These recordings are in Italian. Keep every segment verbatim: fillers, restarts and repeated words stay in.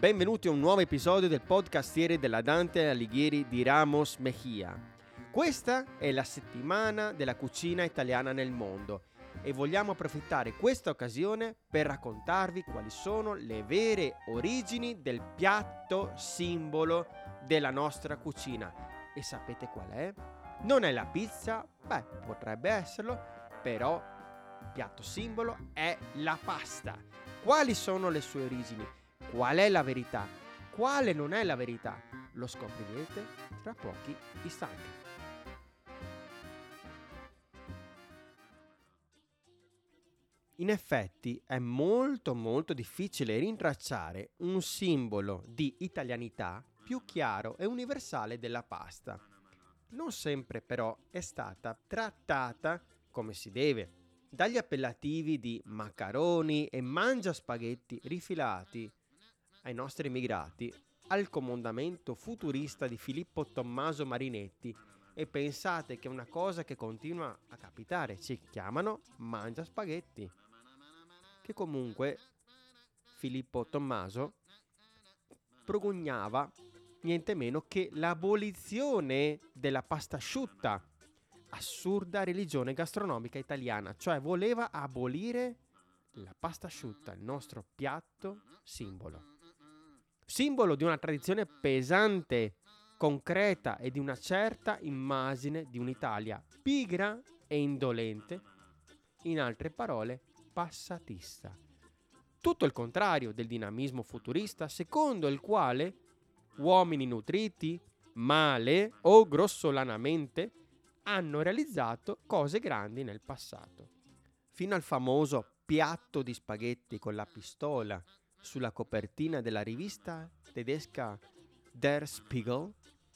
Benvenuti a un nuovo episodio del podcastiere della Dante Alighieri di Ramos Mejia. Questa è la settimana della cucina italiana nel mondo e vogliamo approfittare questa occasione per raccontarvi quali sono le vere origini del piatto simbolo della nostra cucina. E sapete qual è? Non è la pizza, beh, potrebbe esserlo, però il piatto simbolo è la pasta. Quali sono le sue origini? Qual è la verità? Quale non è la verità? Lo scoprirete tra pochi istanti. In effetti è molto molto difficile rintracciare un simbolo di italianità più chiaro e universale della pasta. Non sempre però è stata trattata come si deve. Dagli appellativi di maccaroni e mangiaspaghetti rifilati ai nostri immigrati, al comandamento futurista di Filippo Tommaso Marinetti, e pensate che è una cosa che continua a capitare, ci chiamano mangiaspaghetti, che comunque Filippo Tommaso propugnava niente meno che l'abolizione della pasta asciutta, assurda religione gastronomica italiana, cioè voleva abolire la pasta asciutta, il nostro piatto simbolo. Simbolo di una tradizione pesante, concreta e di una certa immagine di un'Italia pigra e indolente, in altre parole, passatista. Tutto il contrario del dinamismo futurista, secondo il quale uomini nutriti, male o grossolanamente, hanno realizzato cose grandi nel passato. Fino al famoso piatto di spaghetti con la pistola sulla copertina della rivista tedesca Der Spiegel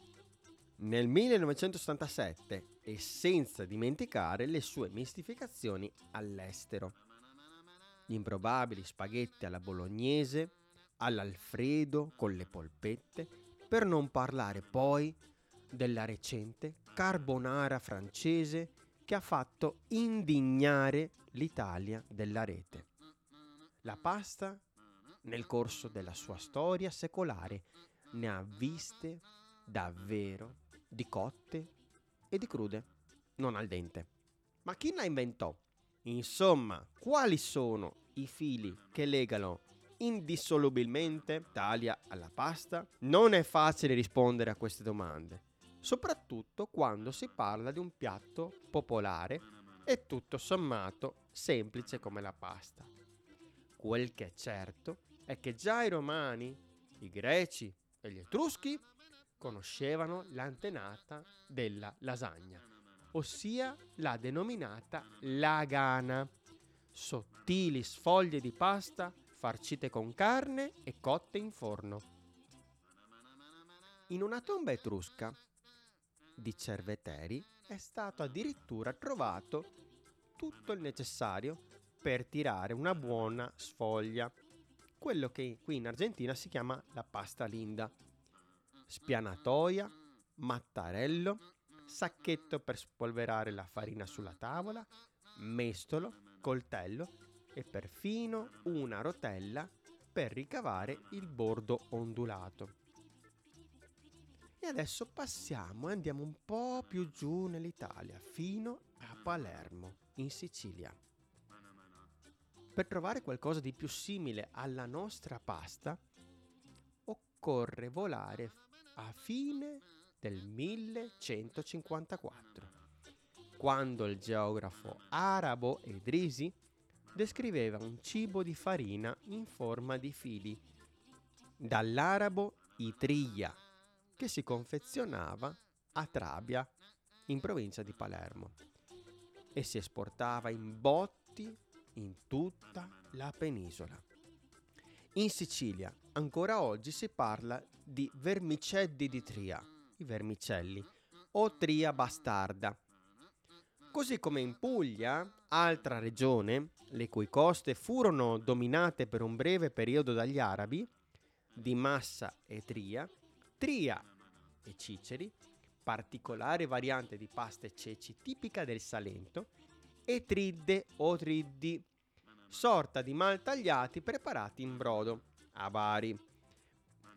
nel millenovecentosettantasette, e senza dimenticare le sue mistificazioni all'estero. Gli improbabili spaghetti alla bolognese, all'alfredo con le polpette, per non parlare poi della recente carbonara francese che ha fatto indignare l'Italia della rete. La pasta, nel corso della sua storia secolare, ne ha viste davvero di cotte e di crude, non al dente. Ma chi la inventò? Insomma, quali sono i fili che legano indissolubilmente l'Italia alla pasta? Non è facile rispondere a queste domande, soprattutto quando si parla di un piatto popolare e tutto sommato semplice come la pasta. Quel che è certo è che già i romani, i greci e gli etruschi conoscevano l'antenata della lasagna, ossia la denominata lagana, sottili sfoglie di pasta farcite con carne e cotte in forno. In una tomba etrusca di Cerveteri è stato addirittura trovato tutto il necessario per tirare una buona sfoglia, quello che qui in Argentina si chiama la pasta linda. Spianatoia, mattarello, sacchetto per spolverare la farina sulla tavola, mestolo, coltello e perfino una rotella per ricavare il bordo ondulato. E adesso passiamo e andiamo un po' più giù nell'Italia, fino a Palermo, in Sicilia. Per trovare qualcosa di più simile alla nostra pasta, occorre volare a fine del millecentocinquantaquattro, quando il geografo arabo Edrisi descriveva un cibo di farina in forma di fili, dall'arabo itrija, che si confezionava a Trabia, in provincia di Palermo, e si esportava in botti in tutta la penisola. In Sicilia ancora oggi si parla di vermiceddi di Tria, i vermicelli, o Tria bastarda. Così come in Puglia, altra regione, le cui coste furono dominate per un breve periodo dagli arabi, di Massa e Tria, Tria e Ciceri, particolare variante di pasta e ceci tipica del Salento, e tridde o triddi, sorta di mal tagliati preparati in brodo, a Bari.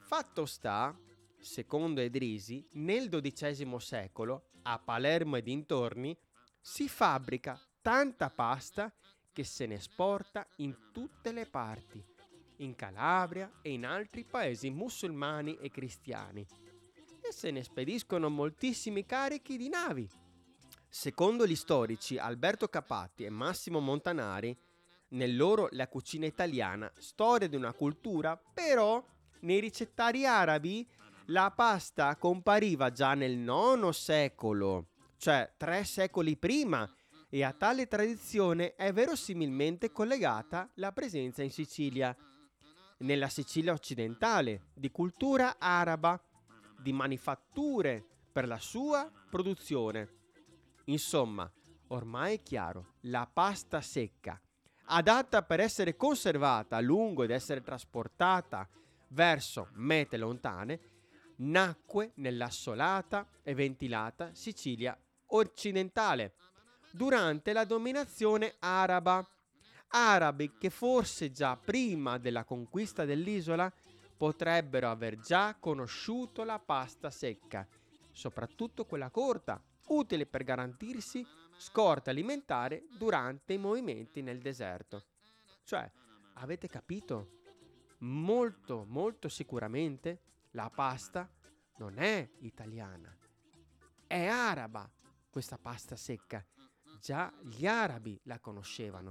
Fatto sta, secondo Edrisi, nel dodicesimo secolo, a Palermo e dintorni, si fabbrica tanta pasta che se ne esporta in tutte le parti, in Calabria e in altri paesi musulmani e cristiani, e se ne spediscono moltissimi carichi di navi. Secondo gli storici Alberto Capatti e Massimo Montanari, nel loro La cucina italiana, storia di una cultura, però nei ricettari arabi la pasta compariva già nel nono secolo, cioè tre secoli prima, e a tale tradizione è verosimilmente collegata la presenza in Sicilia, nella Sicilia occidentale, di cultura araba, di manifatture per la sua produzione. Insomma, ormai è chiaro, la pasta secca, adatta per essere conservata a lungo ed essere trasportata verso mete lontane, nacque nell'assolata e ventilata Sicilia occidentale durante la dominazione araba. Arabi che forse già prima della conquista dell'isola potrebbero aver già conosciuto la pasta secca, soprattutto quella corta, utile per garantirsi scorta alimentare durante i movimenti nel deserto. Cioè, avete capito? Molto, molto sicuramente la pasta non è italiana, è araba questa pasta secca. Già gli arabi la conoscevano.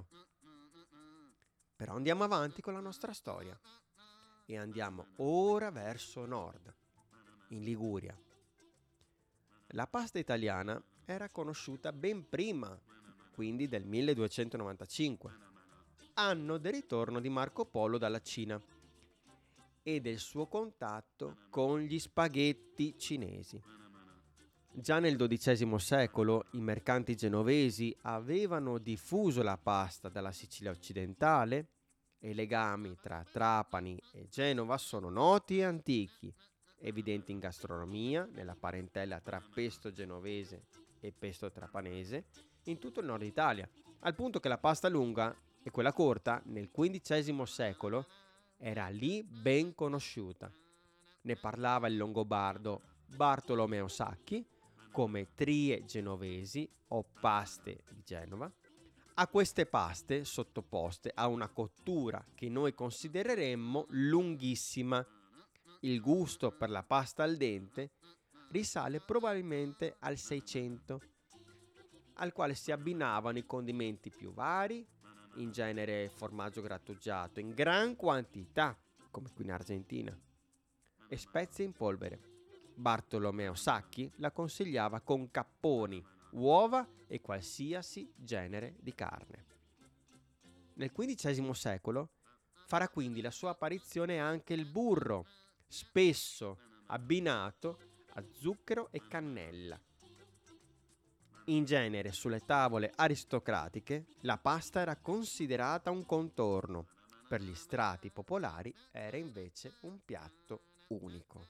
Però andiamo avanti con la nostra storia e andiamo ora verso nord, in Liguria. La pasta italiana era conosciuta ben prima, quindi del milleduecentonovantacinque, anno del ritorno di Marco Polo dalla Cina e del suo contatto con gli spaghetti cinesi. Già nel dodicesimo secolo i mercanti genovesi avevano diffuso la pasta dalla Sicilia occidentale e i legami tra Trapani e Genova sono noti e antichi, evidenti in gastronomia, nella parentela tra pesto genovese e pesto trapanese, in tutto il nord Italia, al punto che la pasta lunga e quella corta nel quindicesimo secolo era lì ben conosciuta. Ne parlava il longobardo Bartolomeo Sacchi come trie genovesi o paste di Genova. A queste paste sottoposte a una cottura che noi considereremmo lunghissima. Il gusto per la pasta al dente risale probabilmente al seicento, al quale si abbinavano i condimenti più vari, in genere formaggio grattugiato in gran quantità, come qui in Argentina, e spezie in polvere. Bartolomeo Sacchi la consigliava con capponi, uova e qualsiasi genere di carne. Nel quindicesimo secolo farà quindi la sua apparizione anche il burro, spesso abbinato a zucchero e cannella. In genere sulle tavole aristocratiche la pasta era considerata un contorno, per gli strati popolari era invece un piatto unico.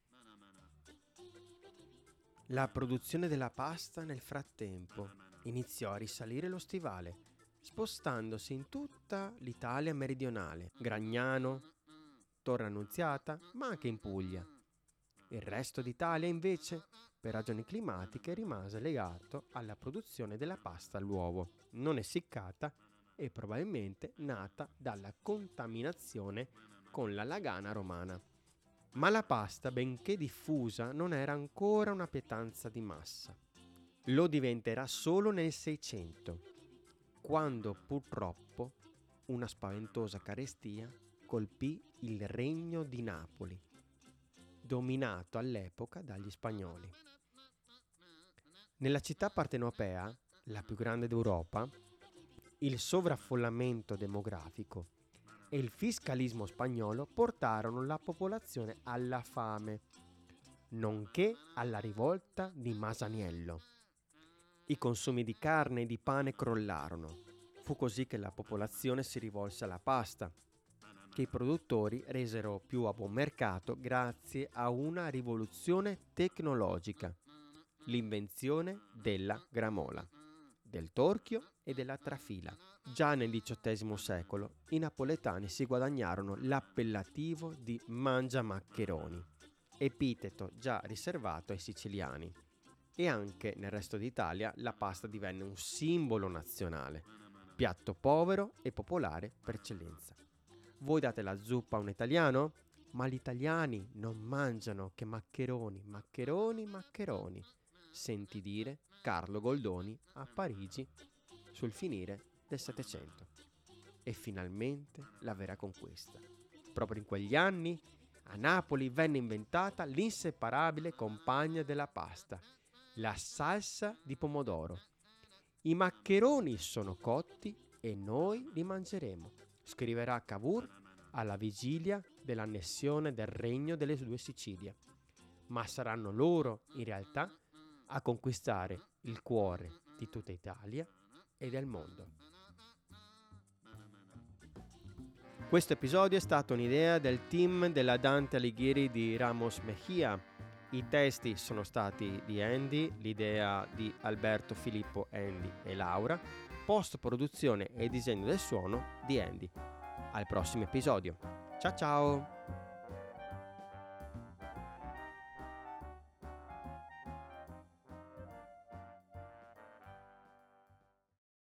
La produzione della pasta nel frattempo iniziò a risalire lo stivale, spostandosi in tutta l'Italia meridionale, Gragnano, Torre Annunziata, ma anche in Puglia. Il resto d'Italia invece, per ragioni climatiche, rimase legato alla produzione della pasta all'uovo, non essiccata e probabilmente nata dalla contaminazione con la lagana romana. Ma la pasta, benché diffusa, non era ancora una pietanza di massa. Lo diventerà solo nel Seicento, quando purtroppo una spaventosa carestia colpì il Regno di Napoli, dominato all'epoca dagli spagnoli. Nella città partenopea, la più grande d'Europa, il sovraffollamento demografico e il fiscalismo spagnolo portarono la popolazione alla fame, nonché alla rivolta di Masaniello. I consumi di carne e di pane crollarono. Fu così che la popolazione si rivolse alla pasta, che i produttori resero più a buon mercato grazie a una rivoluzione tecnologica, l'invenzione della gramola. del torchio e della trafila. Già nel diciottesimo secolo i napoletani si guadagnarono l'appellativo di mangiamaccheroni, epiteto già riservato ai siciliani. E anche nel resto d'Italia la pasta divenne un simbolo nazionale, piatto povero e popolare per eccellenza. Voi date la zuppa a un italiano? Ma gli italiani non mangiano che maccheroni, maccheroni, maccheroni. Senti dire Carlo Goldoni a Parigi sul finire del Settecento. E finalmente la vera conquista. Proprio in quegli anni a Napoli venne inventata l'inseparabile compagna della pasta, la salsa di pomodoro. I maccheroni sono cotti e noi li mangeremo, scriverà Cavour alla vigilia dell'annessione del Regno delle due Sicilie. Ma saranno loro, in realtà, a conquistare il cuore di tutta Italia e del mondo. Questo episodio è stato un'idea del team della Dante Alighieri di Ramos Mejia. I testi sono stati di Andy, l'idea di Alberto, Filippo, Andy e Laura, post-produzione e disegno del suono di Andy. Al prossimo episodio. Ciao ciao!